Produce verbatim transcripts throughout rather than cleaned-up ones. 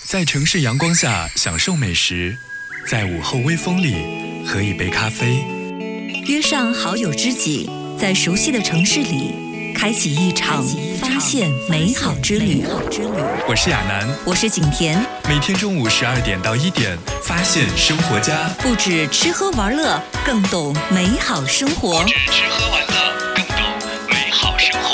在城市阳光下享受美食，在午后微风里喝一杯咖啡， 约上好友知己，在熟悉的城市里开启一场发现美好之旅。 我是亚楠， 我是景甜， 每天中午十二点到一点，发现生活家， 不止吃喝玩乐，更懂美好生活。 不止吃喝玩乐，更懂美好生活。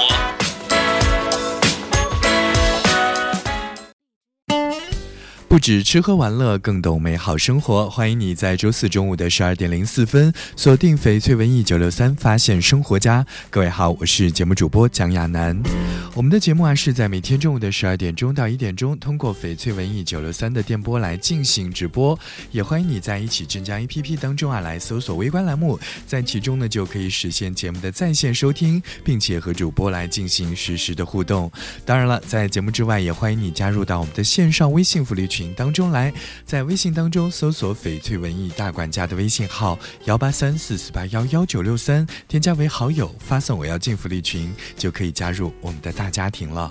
不止吃喝玩乐，更懂美好生活。欢迎你在周四中午的十二点零四分锁定翡翠文艺九六三，发现生活家。各位好，我是节目主播蒋亚楠。我们的节目啊是在每天中午的十二点钟到一点钟，通过翡翠文艺九六三的电波来进行直播。也欢迎你在一起镇江 A P P 当中啊来搜索微观栏目，在其中呢就可以实现节目的在线收听，并且和主播来进行实时的互动。当然了，在节目之外，也欢迎你加入到我们的线上微信福利群当中来，在微信当中搜索翡翠文艺大管家的微信号幺八三四四八幺幺九六三，添加为好友，发送我要进福利群，就可以加入我们的大家庭了。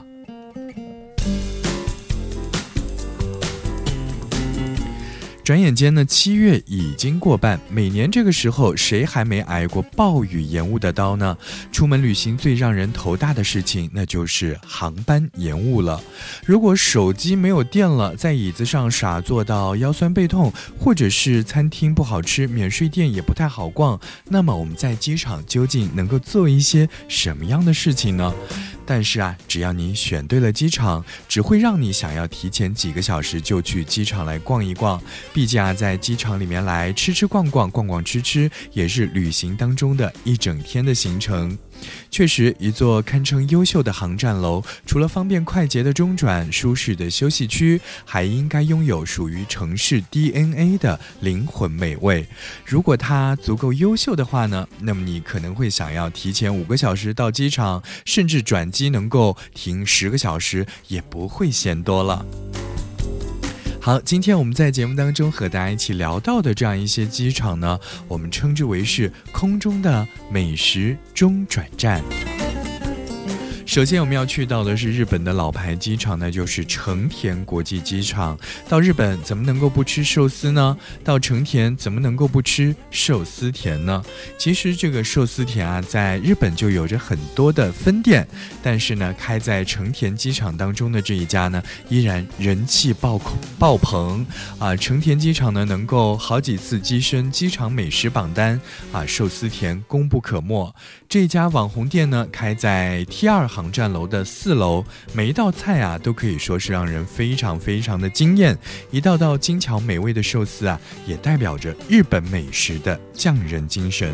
转眼间呢，七月已经过半，每年这个时候，谁还没挨过暴雨延误的刀呢？出门旅行最让人头大的事情，那就是航班延误了。如果手机没有电了，在椅子上傻坐到腰酸背痛，或者是餐厅不好吃，免税店也不太好逛，那么我们在机场究竟能够做一些什么样的事情呢？但是啊，只要你选对了机场，只会让你想要提前几个小时就去机场来逛一逛。毕竟啊，在机场里面来吃吃逛逛，逛逛吃吃，也是旅行当中的一整天的行程。确实，一座堪称优秀的航站楼，除了方便快捷的中转、舒适的休息区，还应该拥有属于城市 D N A 的灵魂美味。如果它足够优秀的话呢，那么你可能会想要提前五个小时到机场，甚至转机能够停十个小时，也不会嫌多了。好，今天我们在节目当中和大家一起聊到的这样一些机场呢，我们称之为是空中的美食中转站。首先我们要去到的是日本的老牌机场，那就是成田国际机场。到日本怎么能够不吃寿司呢？到成田怎么能够不吃寿司田呢？其实这个寿司田啊，在日本就有着很多的分店，但是呢，开在成田机场当中的这一家呢，依然人气爆爆棚啊！成田机场呢，能够好几次跻身机场美食榜单啊，寿司田功不可没。这家网红店呢，开在 T 二航站楼的四楼，每一道菜啊都可以说是让人非常非常的惊艳，一道道精巧美味的寿司啊，也代表着日本美食的匠人精神。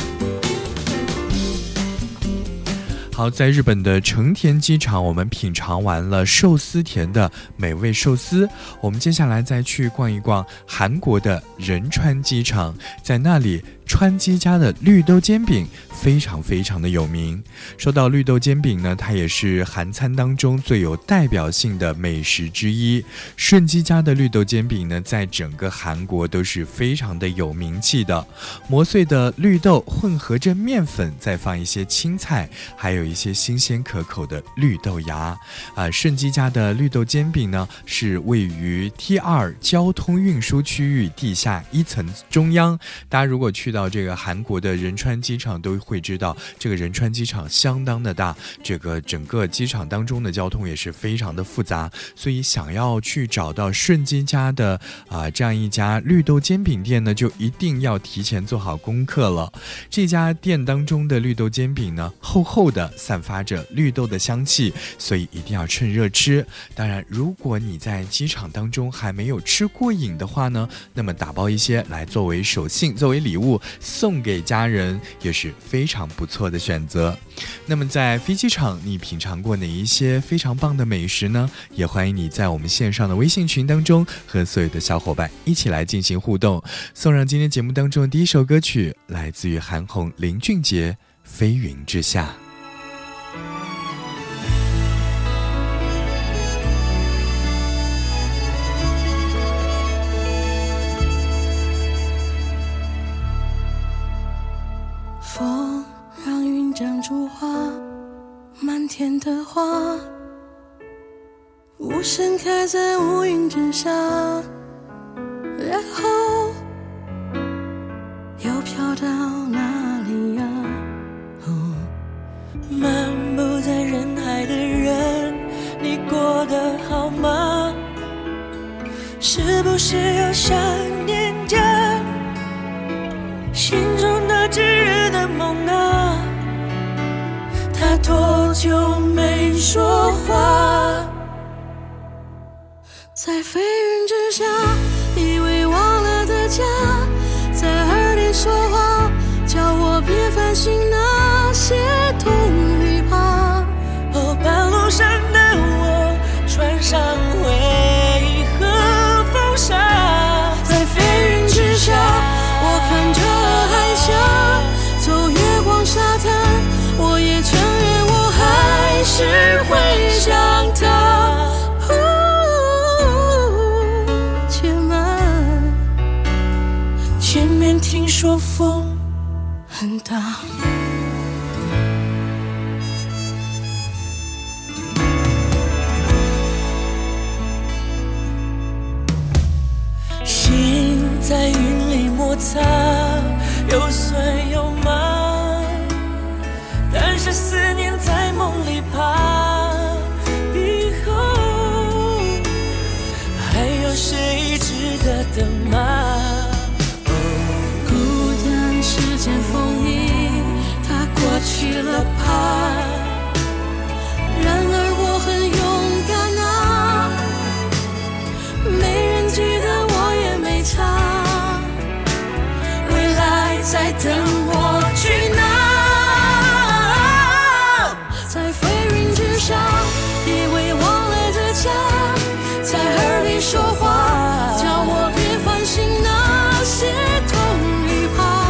好，在日本的成田机场，我们品尝完了寿司田的美味寿司，我们接下来再去逛一逛韩国的仁川机场，在那里川鸡家的绿豆煎饼非常非常的有名。说到绿豆煎饼呢，它也是韩餐当中最有代表性的美食之一。顺鸡家的绿豆煎饼呢，在整个韩国都是非常的有名气的。磨碎的绿豆混合着面粉，再放一些青菜，还有一些新鲜可口的绿豆芽。啊，顺鸡家的绿豆煎饼呢，是位于 T 二 交通运输区域地下一层中央。大家如果去到这个韩国的仁川机场，都会知道这个仁川机场相当的大，这个整个机场当中的交通也是非常的复杂，所以想要去找到顺鸡家的啊、呃、这样一家绿豆煎饼店呢，就一定要提前做好功课了。这家店当中的绿豆煎饼呢，厚厚的散发着绿豆的香气，所以一定要趁热吃。当然，如果你在机场当中还没有吃过瘾的话呢，那么打包一些来作为手信，作为礼物送给家人，也是非常不错的选择。那么在飞机场，你品尝过哪一些非常棒的美食呢？也欢迎你在我们线上的微信群当中和所有的小伙伴一起来进行互动。送上今天节目当中的第一首歌曲，来自于韩红林俊杰《飞云之下》。 风让云长出花，漫天的花无声开在乌云之下，然后又飘到哪里呀？哦， 漫步在人海的人，你过得好吗？是不是又想念着心中那炙热的梦啊？他多久没说话？ 在飞云之下，以为忘了的家，在耳边说话，叫我别烦心那些痛与怕。 哦，半路上的我穿上回和风沙， 在飞云之下，我看着海峡，走月光沙滩，我也承认我还是会想他。 前面听说风很大， 心在云里摩擦，有酸有麻，但是思念在梦里爬。以后还有谁值得等吗？ 时间风雨，它过去了吧？然而我很勇敢啊，没人记得我也没差。未来在等我去拿。在飞云之下，以为忘了的家，在耳里说话，叫我别烦心那些痛与怕。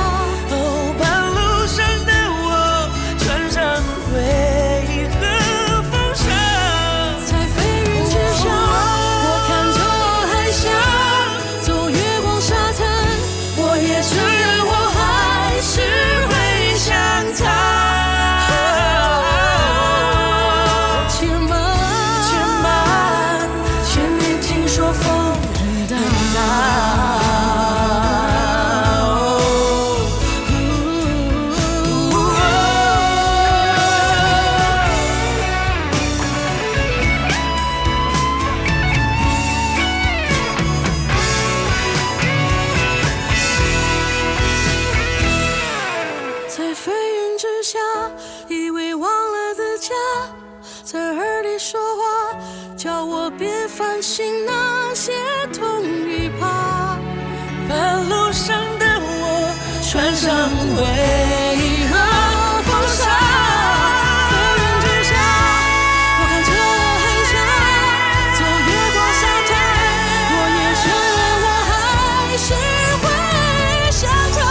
穿上回和风沙， 飞云之下，我看着海峡，走月光沙滩，我也承认我还是会想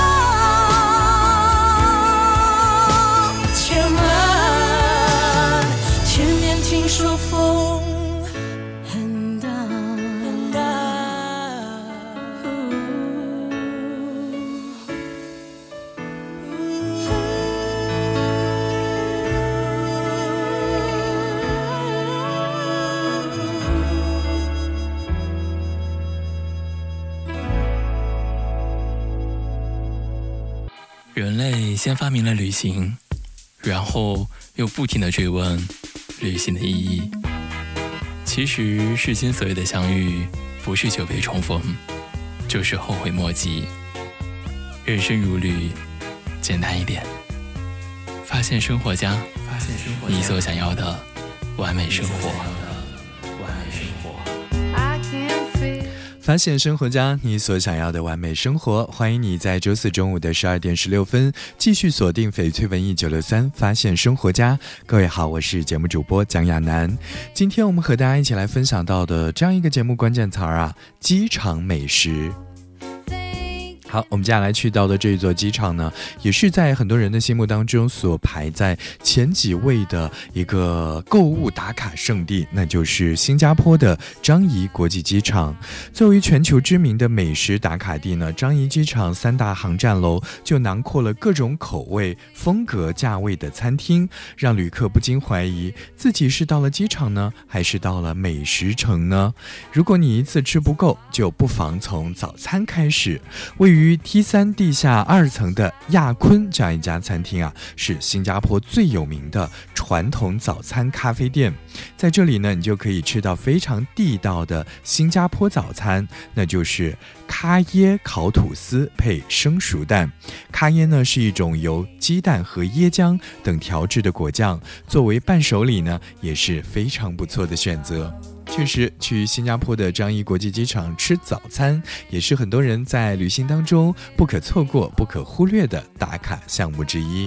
他。 千万前面听说风很大很大。 人类先发明了旅行，然后又不停地追问旅行的意义。其实世间所有的相遇，不是久别重逢，就是后悔莫及。人生如旅，简单一点。发现生活家，发现生活家，你所想要的完美生活。 发现生活家，你所想要的完美生活。欢迎你在周四中午的十二点十六分继续锁定翡翠文艺九六三发现生活家。各位好，我是节目主播蒋亚楠。今天我们和大家一起来分享到的这样一个节目关键词儿啊，机场美食。 好，我们接下来去到的这一座机场呢，也是在很多人的心目当中所排在前几位的一个购物打卡圣地，那就是新加坡的樟宜国际机场。作为全球知名的美食打卡地呢，樟宜机场三大航站楼就囊括了各种口味、风格、价位的餐厅，让旅客不禁怀疑自己是到了机场呢，还是到了美食城呢？如果你一次吃不够，就不妨从早餐开始。位于于 T 三 地下二层的亚坤这样一家餐厅啊，是新加坡最有名的传统早餐咖啡店。在这里呢，你就可以吃到非常地道的新加坡早餐，那就是咖椰烤吐司配生熟蛋。咖椰呢是一种由鸡蛋和椰浆等调制的果酱，作为伴手礼呢也是非常不错的选择。确实，去新加坡的樟宜国际机场吃早餐，也是很多人在旅行当中不可错过、不可忽略的打卡项目之一。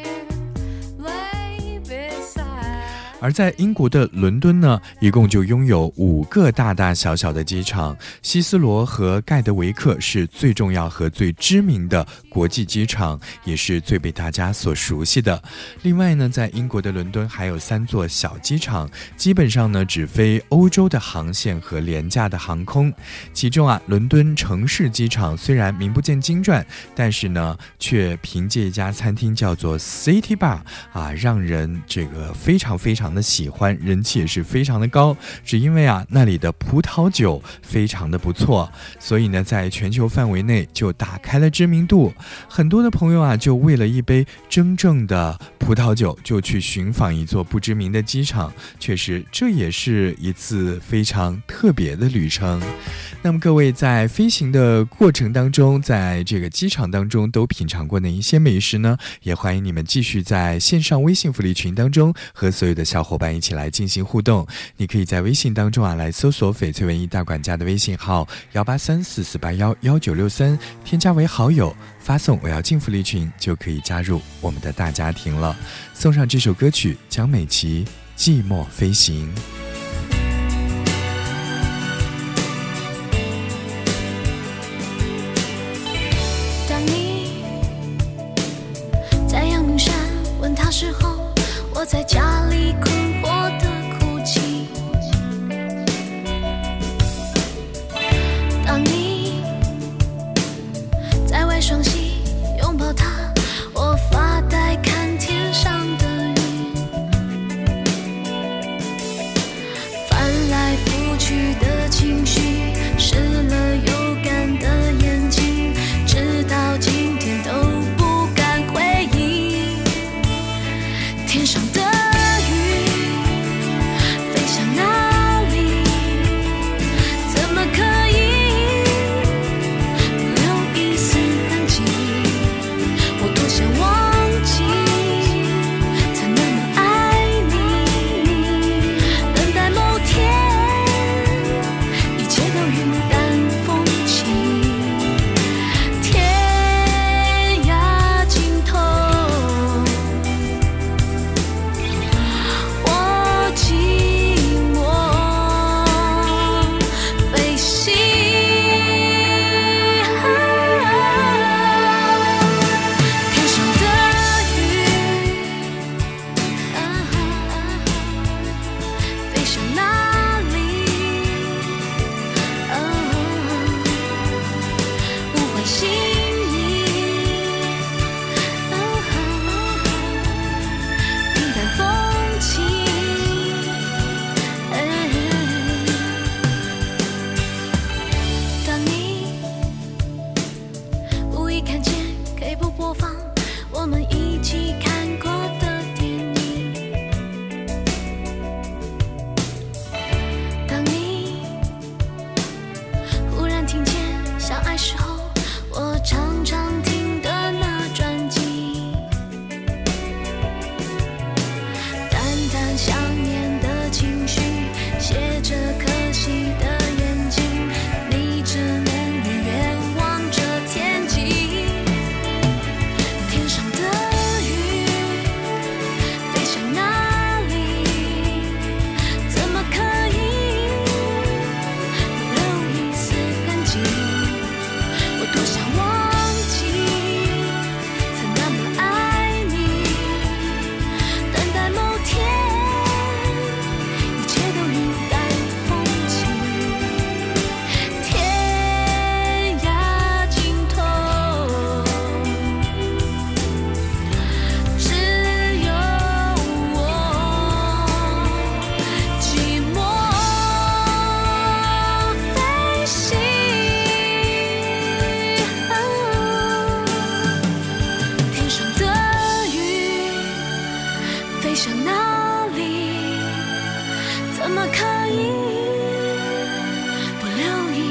而在英国的伦敦呢，一共就拥有五个大大小小的机场，希斯罗和盖德维克是最重要和最知名的国际机场，也是最被大家所熟悉的。另外呢，在英国的伦敦还有三座小机场，基本上呢只飞欧洲的航线和廉价的航空。其中啊，伦敦城市机场虽然名不见经传，但是呢，却凭借一家餐厅叫做 City Bar 啊，让人这个非常非常的喜欢，人气也是非常的高，只因为啊那里的葡萄酒非常的不错，所以呢在全球范围内就打开了知名度。很多的朋友啊就为了一杯真正的葡萄酒就去寻访一座不知名的机场，确实这也是一次非常特别的旅程。那么各位在飞行的过程当中，在这个机场当中都品尝过哪一些美食呢？也欢迎你们继续在线上微信福利群当中和所有的小伙伴一起来进行互动。你可以在微信当中啊来搜索翡翠文艺大管家的微信号幺八三四四八幺幺九六三，添加为好友，发送我要进福利群就可以加入我们的大家庭了。送上这首歌曲江美琪《寂寞飞行》。 时候，我在家里困惑的哭泣。当你在外双膝拥抱他，我发呆看天上的云，翻来覆去的情绪，湿了有干的眼睛，直到今天都不敢回忆。天上的云飞向哪里？怎么可以不留一丝痕迹？我多想忘记曾那么爱你，等待某天一切都云淡风轻。天涯尽头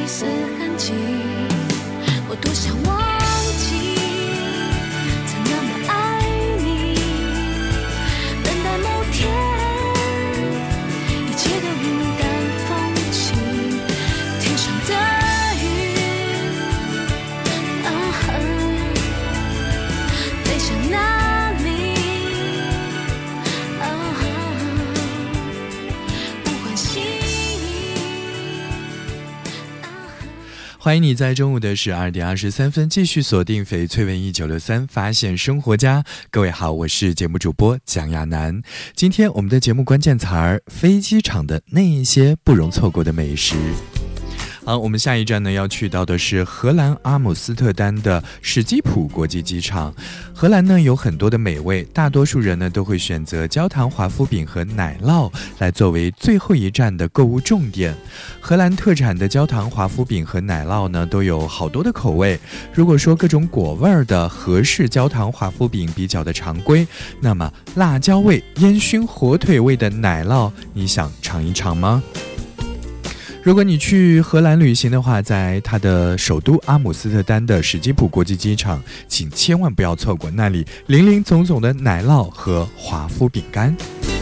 一丝痕迹。我多想忘记曾那么爱你，等待某天一切都云淡风轻，天上的云啊飞向哪里啊，不管心欢迎你在中午的十二点二十三分继续锁定翡翠文艺九六三发现生活家。各位好，我是节目主播蒋亚楠。今天我们的节目关键词儿：飞机场的那一些不容错过的美食。好，我们下一站呢要去到的是荷兰阿姆斯特丹的史基普国际机场。荷兰呢有很多的美味，大多数人呢都会选择焦糖华夫饼和奶酪来作为最后一站的购物重点。荷兰特产的焦糖华夫饼和奶酪呢都有好多的口味。如果说各种果味的荷式焦糖华夫饼比较的常规，那么辣椒味、烟熏火腿味的奶酪，你想尝一尝吗？如果你去荷兰旅行的话，在它的首都阿姆斯特丹的史基普国际机场，请千万不要错过那里林林总总的奶酪和华夫饼干。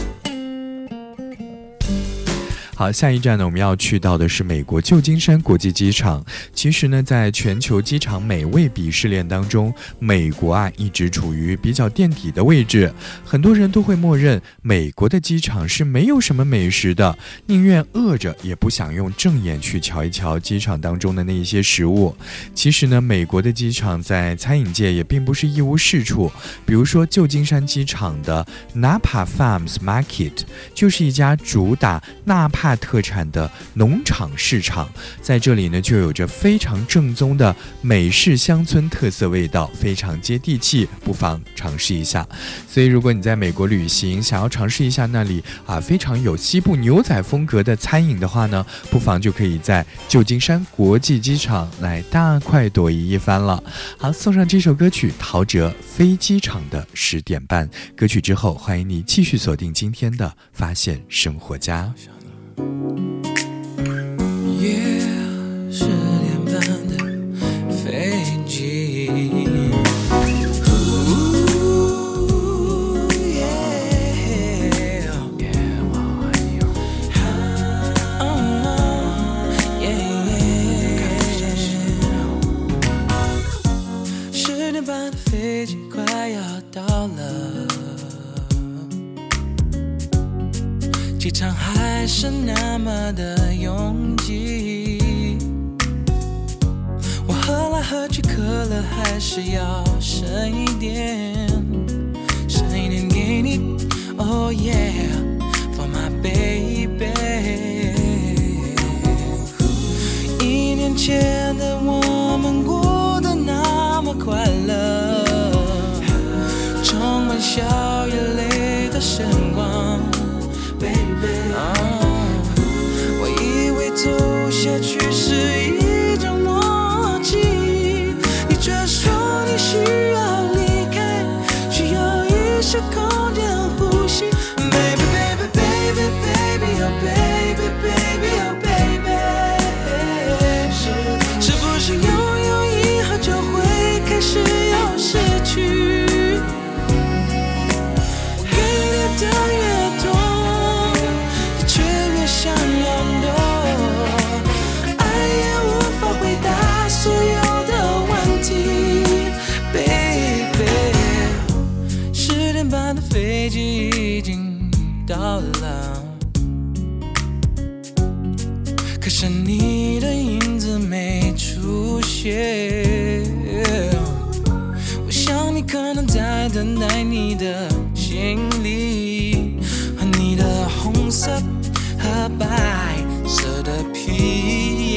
好，下一站呢，我们要去到的是美国旧金山国际机场。其实呢，在全球机场美味鄙视链当中，美国啊一直处于比较垫底的位置。很多人都会默认美国的机场是没有什么美食的，宁愿饿着也不想用正眼去瞧一瞧机场当中的那一些食物。其实呢，美国的机场在餐饮界也并不是一无是处。比如说旧金山机场的 Napa Farms Market 就是一家主打纳帕特产的农场市场，在这里呢就有着非常正宗的美式乡村特色味道，非常接地气，不妨尝试一下。所以如果你在美国旅行，想要尝试一下那里啊非常有西部牛仔风格的餐饮的话呢，不妨就可以在旧金山国际机场来大快朵颐一番了。好，送上这首歌曲陶喆飞机场的十点半。歌曲之后，欢迎你继续锁定今天的发现生活家。 Yeah， 十点半的飞机。十点半的飞机快要到了，机场还是那么的拥挤，我喝来喝去，可乐还是要剩一点，剩一点给你 Oh yeah For my baby。 一年前的我们过得那么快乐，充满笑与泪的时光我以为走下去是一种默契，你却说你需要离开，需要一些空间呼吸。 Baby baby baby baby oh baby baby oh baby， 是是不是拥有以后就会开始有失去，给你的越多想要的爱也无法回答所有的问题 Baby， 十点半的飞机已经到了，可是你的影子没出现，我想你可能在等待你的行李和你的红色和白色的皮，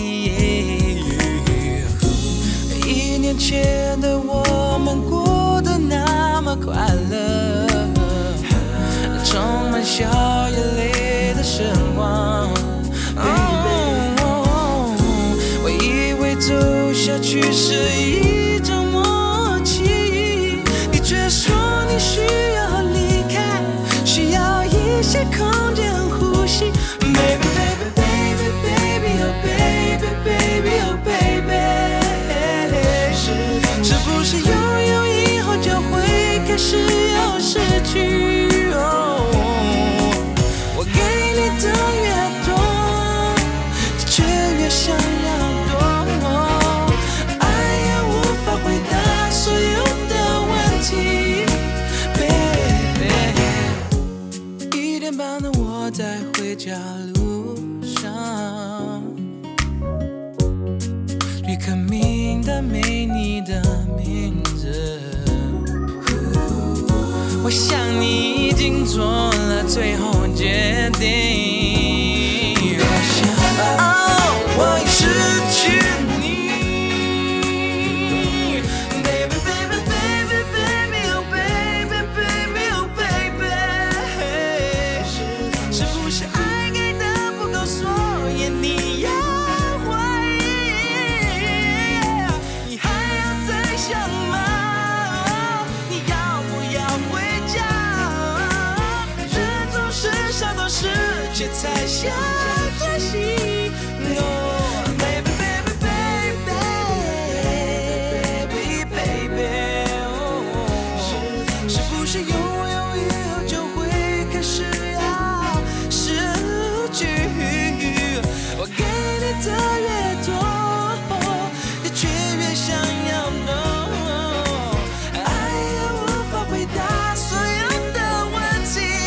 一年前的我们过得那么快乐，充满笑与泪的时光。哦，我以为走下去是一种默契，你却说你需要离开，需要一些空间呼吸。Baby baby baby baby oh baby baby 路上，旅客名单没你的名字，我想你已经做了最后决定。哦，我已失去你。才想开心，oh baby baby baby baby baby， 是不是拥有以后就会开始要失去？我给你的越多，你却越想要 no， 爱也无法回答所有的问题。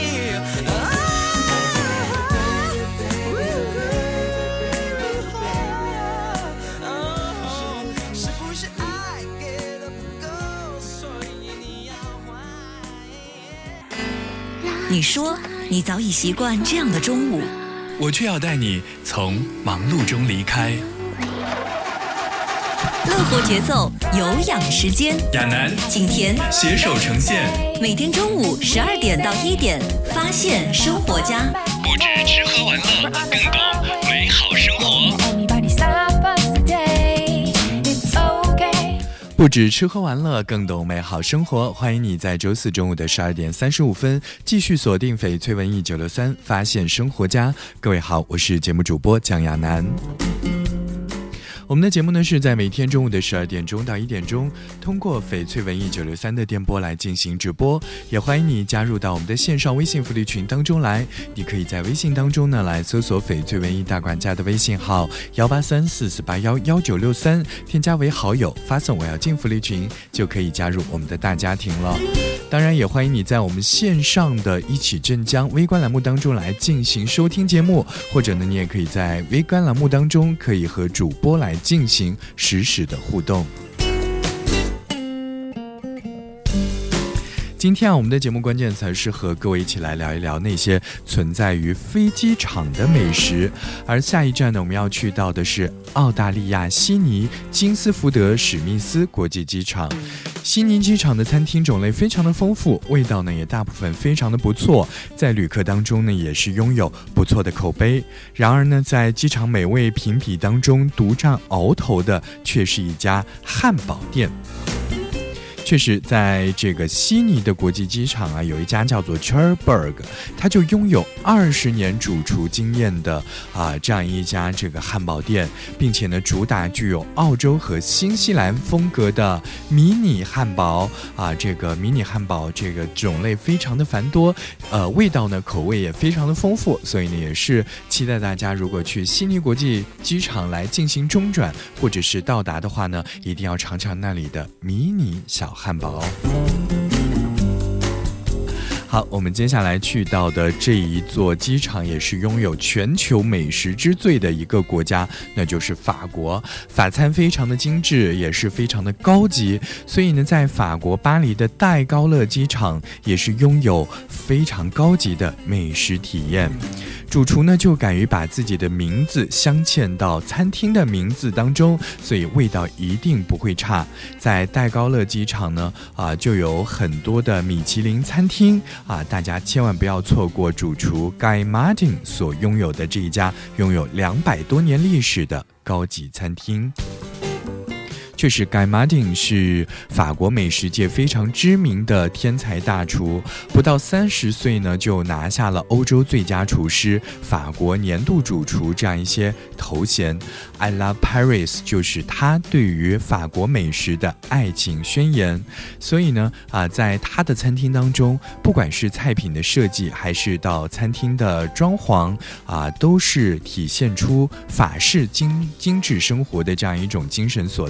你说你早已习惯这样的中午， 我却要带你从忙碌中离开。 乐活节奏，有氧时间， 亚楠、 景甜携手呈现， 每天中午十二点到一点，发现生活家， 不止吃喝玩乐，更懂美好生活。不止吃喝玩乐，更懂美好生活。欢迎你在周四中午的十二点三十五分继续锁定翡翠文艺九六三，发现生活家。各位好，我是节目主播蒋亚楠。我们的节目呢是在每天中午的十二点钟到一点钟，通过翡翠文艺九六三的电波来进行直播，也欢迎你加入到我们的线上微信福利群当中来。你可以在微信当中呢来搜索翡翠文艺大管家的微信号幺八三四四八幺幺九六三，添加为好友，发送我要进福利群，就可以加入我们的大家庭了。当然也欢迎你在我们线上的一起镇江微观栏目当中来进行收听节目，或者呢你也可以在微观栏目当中可以和主播来进行实时的互动。今天啊，我们的节目关键词是和各位一起来聊一聊那些存在于飞机场的美食。而下一站呢，我们要去到的是澳大利亚悉尼金斯福德史密斯国际机场。悉尼机场的餐厅种类非常的丰富，味道呢也大部分非常的不错，在旅客当中呢也是拥有不错的口碑。然而呢，在机场美味评比当中独占鳌头的却是一家汉堡店。确实在这个悉尼的国际机场啊，有一家叫做 Cherburg， 它就拥有二十年主厨经验的啊这样一家这个汉堡店，并且呢主打具有澳洲和新西兰风格的迷你汉堡啊，这个迷你汉堡这个种类非常的繁多，呃味道呢口味也非常的丰富，所以呢也是期待大家如果去悉尼国际机场来进行中转或者是到达的话呢，一定要尝尝那里的迷你小汉堡。好，我们接下来去到的这一座机场也是拥有全球美食之最的一个国家，那就是法国。法餐非常的精致，也是非常的高级，所以呢，在法国巴黎的戴高乐机场也是拥有非常高级的美食体验。主厨呢就敢于把自己的名字镶嵌到餐厅的名字当中，所以味道一定不会差。在戴高乐机场呢，啊，就有很多的米其林餐厅啊，大家千万不要错过主厨 Guy Martin 所拥有的这一家拥有两百多年历史的高级餐厅。确实 Guy Martin 是法国美食界非常知名的天才大厨，不到三十岁呢就拿下了欧洲最佳厨师、法国年度主厨这样一些头衔。 I love Paris 就是他对于法国美食的爱情宣言。所以呢啊，在他的餐厅当中，不管是菜品的设计还是到餐厅的装潢啊，都是体现出法式精精致生活的这样一种精神所在。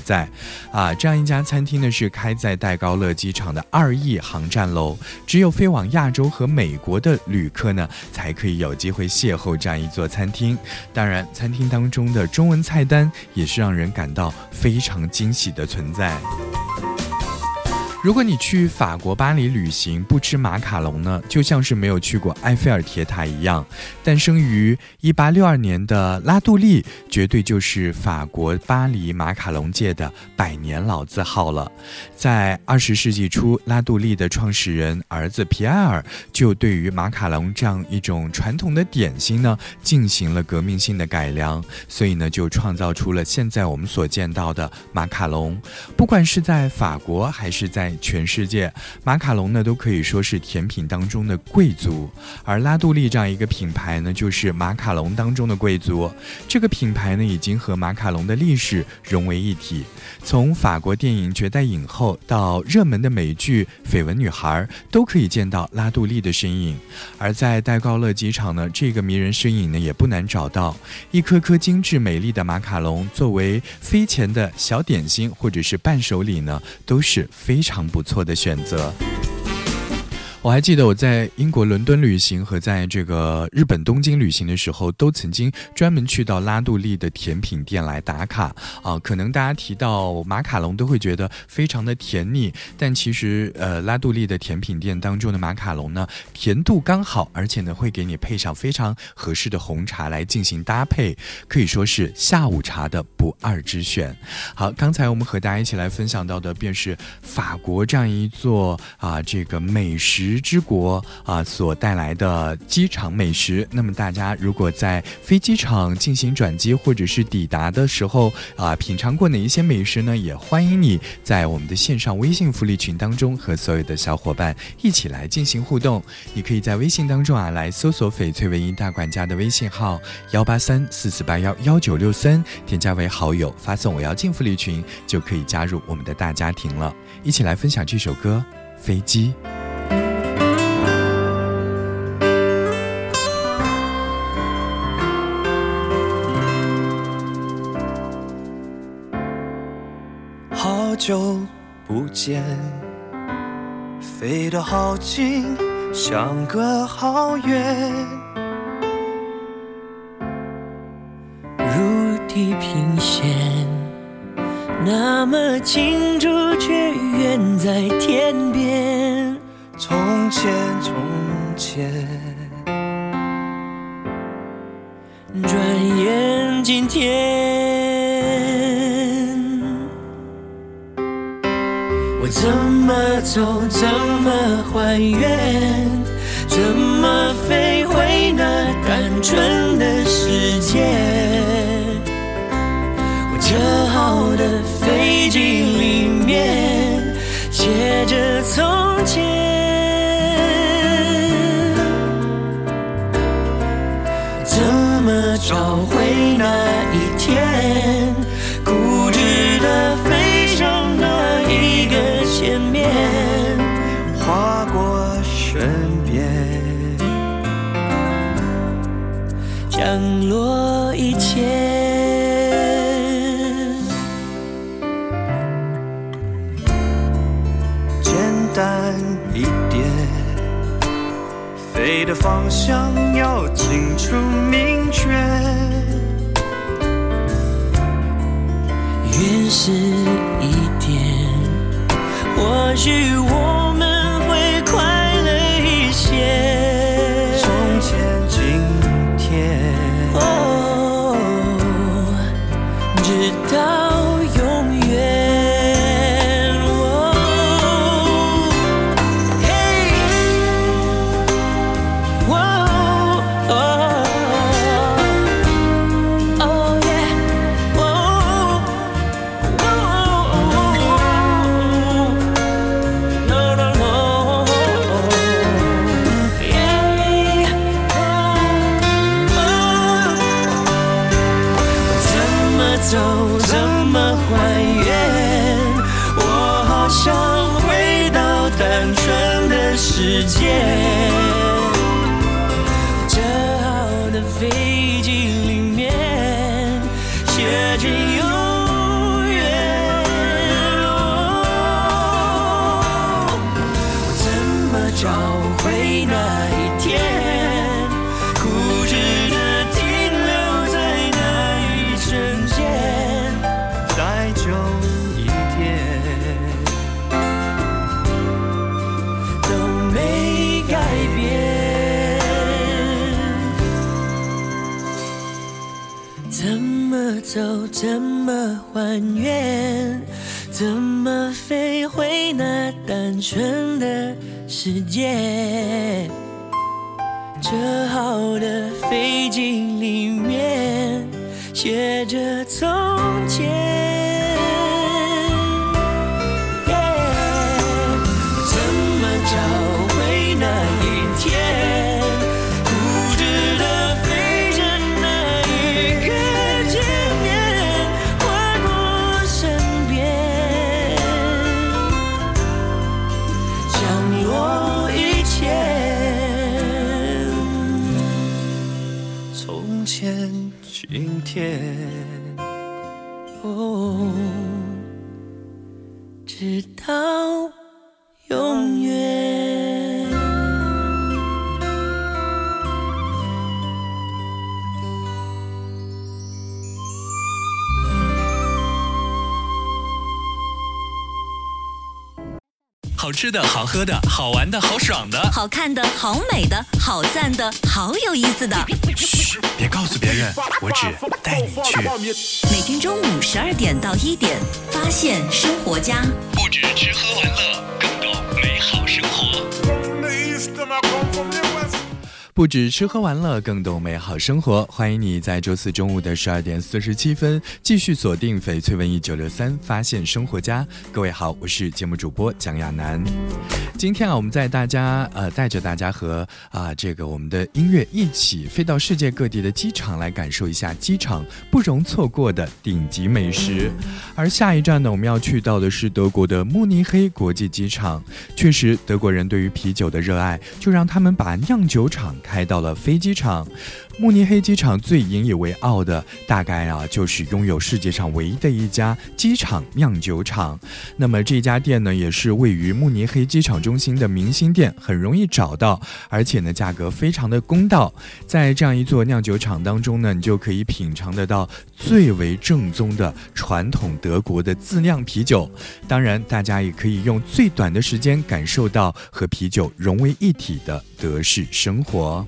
啊，这样一家餐厅呢是开在戴高乐机场的二翼航站楼，只有飞往亚洲和美国的旅客呢才可以有机会邂逅这样一座餐厅。当然，餐厅当中的中文菜单也是让人感到非常惊喜的存在。如果你去法国巴黎旅行不吃马卡龙呢，就像是没有去过埃菲尔铁塔一样。诞生于一八六二年的拉杜利绝对就是法国巴黎马卡龙界的百年老字号了。在二十世纪初，拉杜利的创始人儿子皮埃尔就对于马卡龙这样一种传统的点心呢进行了革命性的改良，所以呢就创造出了现在我们所见到的马卡龙。不管是在法国还是在全世界，马卡龙呢都可以说是甜品当中的贵族，而拉杜利这样一个品牌呢就是马卡龙当中的贵族。这个品牌呢已经和马卡龙的历史融为一体，从法国电影《绝代影后》到热门的美剧《绯闻女孩》都可以见到拉杜利的身影。而在戴高乐机场呢，这个迷人身影呢也不难找到，一颗颗精致美丽的马卡龙作为飞前的小点心或者是伴手礼呢都是非常不错的选择。我还记得我在英国伦敦旅行和在这个日本东京旅行的时候，都曾经专门去到拉杜利的甜品店来打卡啊。可能大家提到马卡龙都会觉得非常的甜腻，但其实呃拉杜利的甜品店当中的马卡龙呢，甜度刚好，而且呢会给你配上非常合适的红茶来进行搭配，可以说是下午茶的不二之选。好，刚才我们和大家一起来分享到的便是法国这样一座啊这个美食之国啊所带来的机场美食。那么大家如果在飞机场进行转机或者是抵达的时候啊品尝过哪一些美食呢，也欢迎你在我们的线上微信福利群当中和所有的小伙伴一起来进行互动。你可以在微信当中啊来搜索翡翠文艺大管家的微信号幺八三四四八幺幺九六三，添加为好友，发送我要进福利群，就可以加入我们的大家庭了。一起来分享这首歌《飞机》。 好久不见，飞得好近，相隔好远，如地平线，那么近处却远在天边。从前从前，转眼今天，我怎么走，怎么还原，怎么飞回那单纯的世界。我折好的飞机里面写着从前，怎么找回那一天，固执的飞上那一个前面，划过身边，降落一切。简单一点，飞的方向要清楚明确，原始一点，或许我们会快乐一些。从前今天，哦，直到永远。走怎么还原，我好想回到单纯的世界。折好的飞机里面写着永远。 走，怎么还原？怎么飞回那单纯的世界？折好的飞机里面写着从前。找回那一天，固执地飞着那一个见面，划过身边，降落一切。从前，今天，哦，直到永远。 好吃的、好喝的、好玩的、好爽的、 好看的、好美的、好赞的、好有意思的。 嘘，别告诉别人，我只带你去。 每天中午十二点到一点，发现生活家， 不止吃喝玩乐，更懂美好生活。 不止吃喝玩乐，更懂美好生活。欢迎你在周四中午的十二点四十七分继续锁定翡翠文艺九六三，发现生活家。各位好，我是节目主播蒋亚楠。今天啊，我们在大家呃带着大家和啊这个我们的音乐一起飞到世界各地的机场，来感受一下机场不容错过的顶级美食。而下一站呢，我们要去到的是德国的慕尼黑国际机场。确实，德国人对于啤酒的热爱，就让他们把酿酒厂开到了飞机场。慕尼黑机场最引以为傲的，大概啊就是拥有世界上唯一的一家机场酿酒厂。那么这家店呢，也是位于慕尼黑机场中心的明星店，很容易找到，而且呢价格非常的公道。在这样一座酿酒厂当中呢，你就可以品尝得到最为正宗的传统德国的自酿啤酒。当然，大家也可以用最短的时间感受到和啤酒融为一体的德式生活。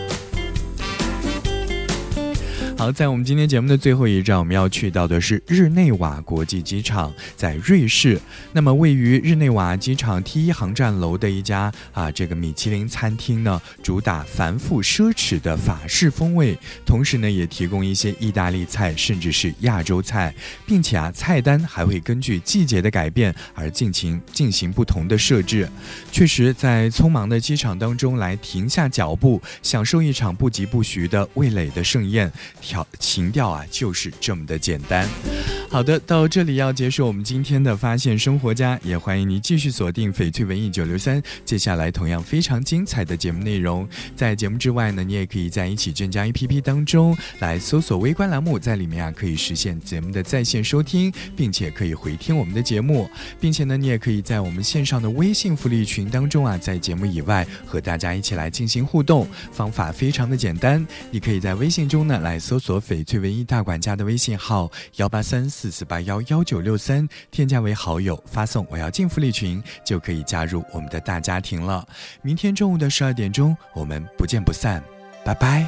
好，在我们今天节目的最后一站，我们要去到的是日内瓦国际机场，在瑞士。那么位于日内瓦机场 T 一航站楼的一家啊这个米其林餐厅呢，主打繁复奢侈的法式风味，同时呢也提供一些意大利菜甚至是亚洲菜，并且啊菜单还会根据季节的改变而进行进行不同的设置。确实，在匆忙的机场当中来停下脚步，享受一场不疾不徐的味蕾的盛宴，调情调啊就是这么的简单。好的，到这里要结束我们今天的发现生活家，也欢迎你继续锁定翡翠文艺九六三，接下来同样非常精彩的节目内容。在节目之外呢，你也可以在一起正佳 A P P 当中来搜索微观栏目，在里面啊可以实现节目的在线收听，并且可以回听我们的节目，并且呢你也可以在我们线上的微信福利群当中啊，在节目以外和大家一起来进行互动。方法非常的简单，你可以在微信中呢来搜索翡翠文艺大管家的微信号幺八三四四八幺幺九六三，添加为好友，发送我要进福利群，就可以加入我们的大家庭了。明天中午的十二点钟，我们不见不散，拜拜。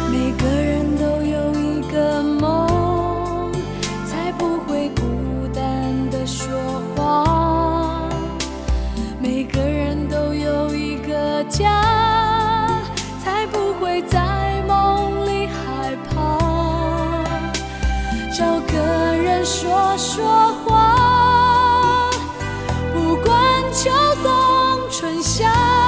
每个人都有一个梦，才不会孤单地说谎。每个人都有一个家，才不会在梦里害怕。找个人说说话，不管秋冬春夏，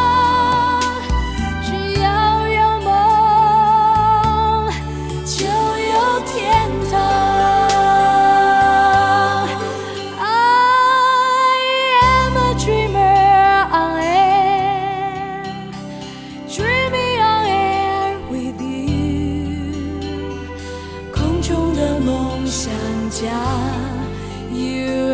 只要有梦就有天堂。 I am a dreamer on air, dreaming on air with you. 空中的梦想家 You